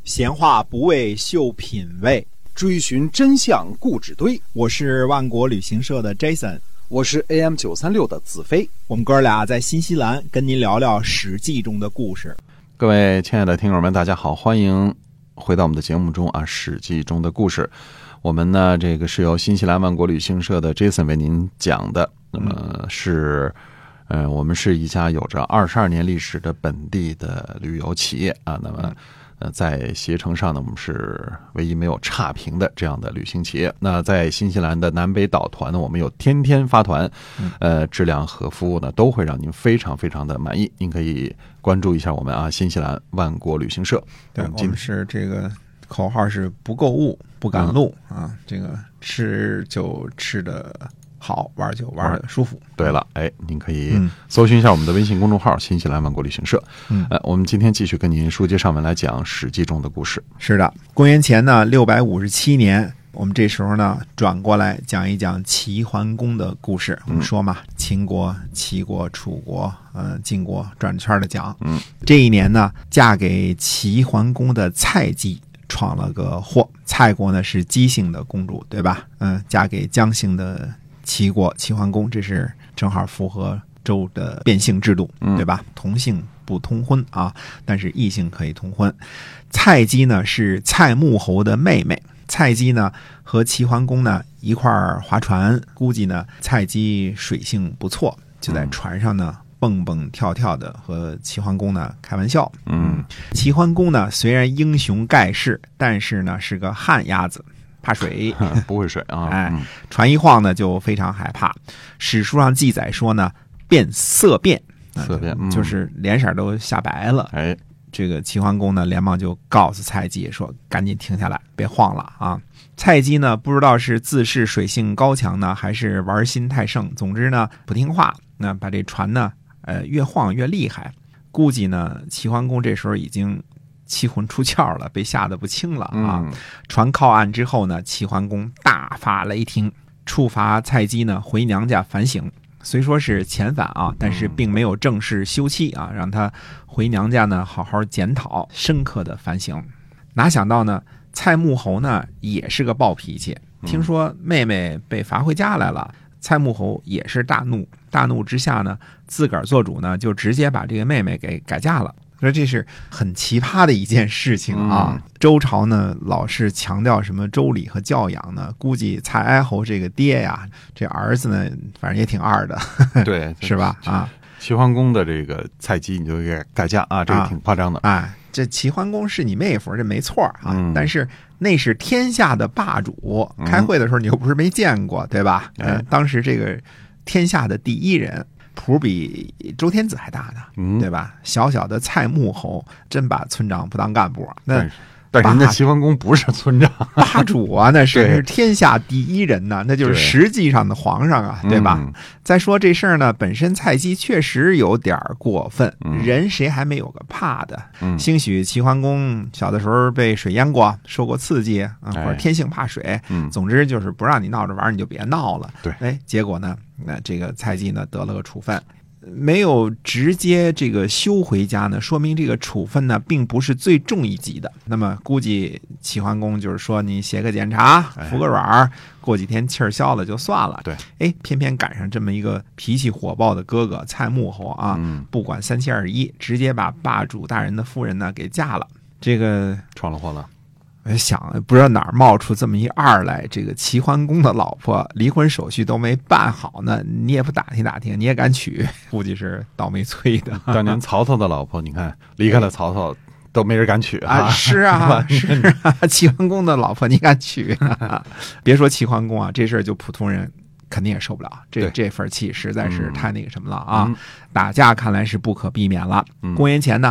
闲话不为秀品味， 追寻真相故纸堆。 我是万国旅行社的 Jason， 我是 AM936 的子飞。 我们哥俩在新西兰跟您聊聊史记中的故事。 各位亲爱的听友们，大家好，欢迎回到我们的节目中啊，史记中的故事。我们呢，这个是由新西兰万国旅行社的 Jason 为您讲的。那么是我们是一家有着22年历史的本地的旅游企业啊。那么在携程上呢，我们是唯一没有差评的这样的旅行企业。那在新西兰的南北岛团呢，我们有天天发团，质量和服务呢都会让您非常非常的满意。您可以关注一下我们啊，新西兰万国旅行社。 对，我们是这个口号是不购物不赶路啊，这个吃就吃的好，玩就玩的舒服。 对了，您可以搜寻一下我们的微信公众号新西兰万国旅行社。我们今天继续跟您书接上文来讲史记中的故事。 是的，公元前呢657年，我们这时候呢转过来讲一讲齐桓公的故事。我们说嘛，秦国、齐国、楚国、晋国转圈的讲。这一年呢，嫁给齐桓公的蔡姬闯了个祸。蔡国呢是姬姓的公主，对吧？嫁给姜姓的齐国齐桓公，这是正好符合周的变姓制度，对吧？同姓不通婚啊，但是异姓可以通婚。蔡姬呢是蔡穆侯的妹妹，蔡姬呢和齐桓公呢一块儿划船，估计呢蔡姬水性不错，就在船上呢蹦蹦跳跳的和齐桓公呢开玩笑。齐桓公呢虽然英雄盖世，但是呢是个旱鸭子，怕水， 不会水啊！ 船一晃呢就非常害怕。史书上记载说呢，色变，就是脸色都吓白了。这个齐桓公呢连忙就告诉蔡姬说，赶紧停下来，别晃了啊！蔡姬呢不知道是自恃水性高强呢，还是玩心太盛，总之呢不听话，那把这船呢越晃越厉害。估计呢齐桓公这时候已经气魂出窍了，被吓得不轻了啊！船靠岸之后呢，齐桓公大发雷霆，处罚蔡姬呢回娘家反省。虽说是遣返啊，但是并没有正式休妻啊，让他回娘家呢好好检讨，深刻的反省。哪想到呢，蔡穆侯呢也是个暴脾气，听说妹妹被罚回家来了，蔡穆侯也是大怒之下呢，自个儿做主呢，就直接把这个妹妹给改嫁了。说这是很奇葩的一件事情啊！周朝呢老是强调什么周礼和教养呢，估计蔡哀侯这个爹呀，这儿子呢反正也挺二的， 对， 是吧？啊， 齐桓公的这个蔡姬你就给改嫁啊，这个挺夸张的。 这齐桓公是你妹夫，这没错啊，但是那是天下的霸主，开会的时候你又不是没见过，对吧？当时这个天下的第一人。谱比周天子还大呢，对吧？小小的蔡穆侯真把村长不当干部。 但是人家齐桓公不是村长， 霸主啊，那是天下第一人呐，那就是实际上的皇上啊，对吧？再说这事儿呢，本身蔡姬确实有点过分，人谁还没有个怕的？兴许齐桓公小的时候被水淹过，受过刺激啊，或者天性怕水，总之就是不让你闹着玩，你就别闹了。 对， 结果呢，那这个蔡姬呢得了个处分。没有直接这个休回家呢，说明这个处分呢并不是最重一级的。那么估计齐桓公就是说，你写个检查，服个软，过几天气儿消了就算了。 对， 偏偏赶上这么一个脾气火爆的哥哥蔡穆侯啊，不管三七二十一，直接把霸主大人的夫人呢给嫁了。这个闯了祸了。 想不知道哪儿冒出这么一二来，这个齐桓公的老婆离婚手续都没办好呢，你也不打听打听，你也敢娶，估计是倒霉催的。 当年曹操的老婆，你看离开了曹操都没人敢娶啊！ 是啊，齐桓公的老婆你敢娶？别说齐桓公啊，这事儿就普通人肯定也受不了，这份气实在是太那个什么了啊！打架看来是不可避免了。公元前呢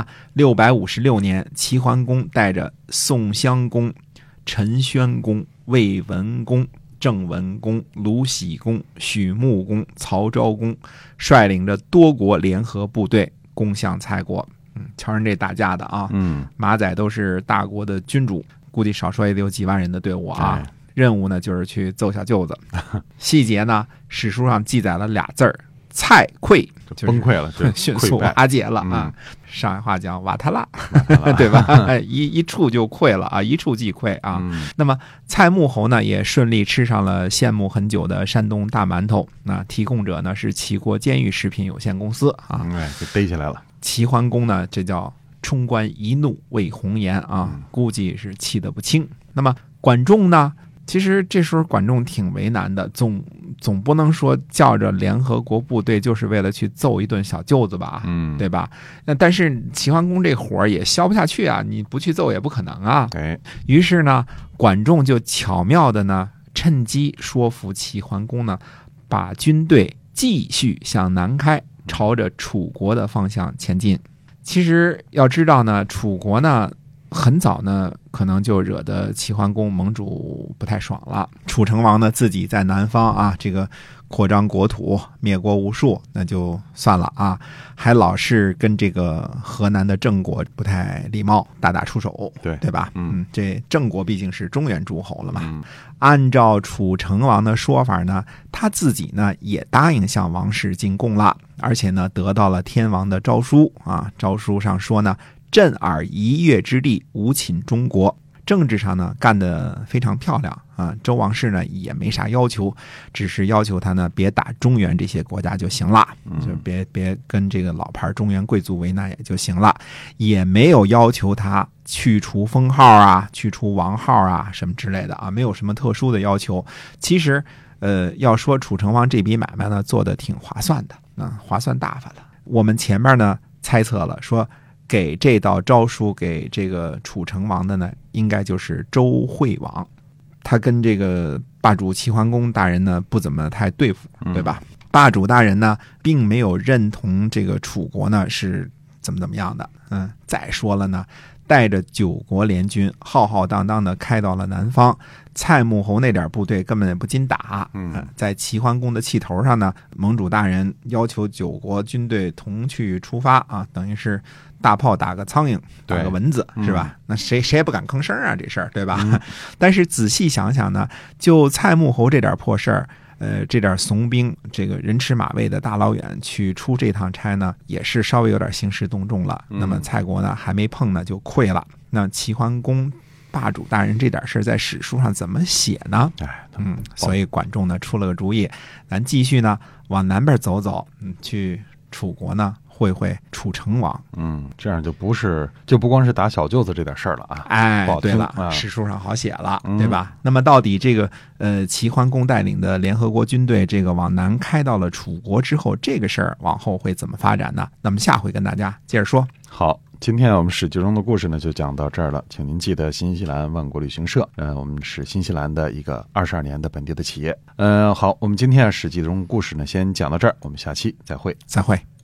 656年，齐桓公带着宋襄公、陈宣公、魏文公、郑文公、鲁僖公、许穆公、曹昭公，率领着多国联合部队攻向蔡国。瞧人这打架的啊，马仔都是大国的君主，估计少说也得有几万人的队伍啊。任务呢就是去揍小舅子。细节呢，史书上记载了俩字儿：蔡溃， 崩溃了， 迅速瓦解了啊。 上海话讲瓦特拉，对吧？一触就溃了啊，一触即溃啊。那么蔡穆侯呢，也顺利吃上了羡慕很久的山东大馒头。那提供者呢是齐国监狱食品有限公司啊， 给逮起来了。 齐桓公呢，这叫冲冠一怒为红颜啊，估计是气得不轻。那么管仲呢？其实这时候管仲挺为难的，总不能说叫着联合国部队就是为了去揍一顿小舅子吧，对吧？那但是齐桓公这火也消不下去啊，你不去揍也不可能啊。于是呢，管仲就巧妙的呢，趁机说服齐桓公呢，把军队继续向南开，朝着楚国的方向前进。其实要知道呢，楚国呢，很早呢，可能就惹得齐桓公盟主不太爽了。楚成王呢，自己在南方啊，这个扩张国土，灭国无数，那就算了啊，还老是跟这个河南的郑国不太礼貌，大打出手，对吧？这郑国毕竟是中原诸侯了嘛。按照楚成王的说法呢，他自己呢也答应向王室进贡了，而且呢得到了天王的诏书啊，诏书上说呢，震耳一越之地，无侵中国。政治上呢干得非常漂亮啊，周王室呢也没啥要求，只是要求他呢别打中原这些国家就行了，就别跟这个老牌中原贵族为难也就行了，也没有要求他去除封号啊，去除王号啊什么之类的啊，没有什么特殊的要求。其实要说楚成王这笔买卖呢做得挺划算的啊，划算大发了。我们前面呢猜测了说，给这道诏书给这个楚成王的呢，应该就是周惠王，他跟这个霸主齐桓公大人呢不怎么太对付，对吧？霸主大人呢并没有认同这个楚国呢是怎么样的，再说了呢，带着9国联军浩浩荡荡的开到了南方，蔡穆侯那点部队根本也不禁打。在齐桓公的气头上呢，盟主大人要求9国军队同去出发啊，等于是大炮打个苍蝇，打个蚊子，是吧？那谁也不敢吭声啊，这事儿，对吧？但是仔细想想呢，就蔡穆侯这点破事儿，这点怂兵，这个人吃马喂的大老远去出这趟差呢，也是稍微有点兴师动众了。那么蔡国呢还没碰呢就溃了。那齐桓公霸主大人这点事在史书上怎么写呢？所以管仲呢出了个主意，咱继续呢往南边走走，去楚国呢会会楚成王。 这样就不光是打小舅子这点事儿了啊。 对了，史书上好写了，对吧？那么到底这个齐桓公带领的联合国军队这个往南开到了楚国之后，这个事儿往后会怎么发展呢？那么下回跟大家接着说。 好，今天我们史记中的故事呢就讲到这儿了，请您记得新西兰万国旅行社，我们是新西兰的一个22年的本地的企业。好，我们今天史记中的故事呢先讲到这儿，我们下期再会。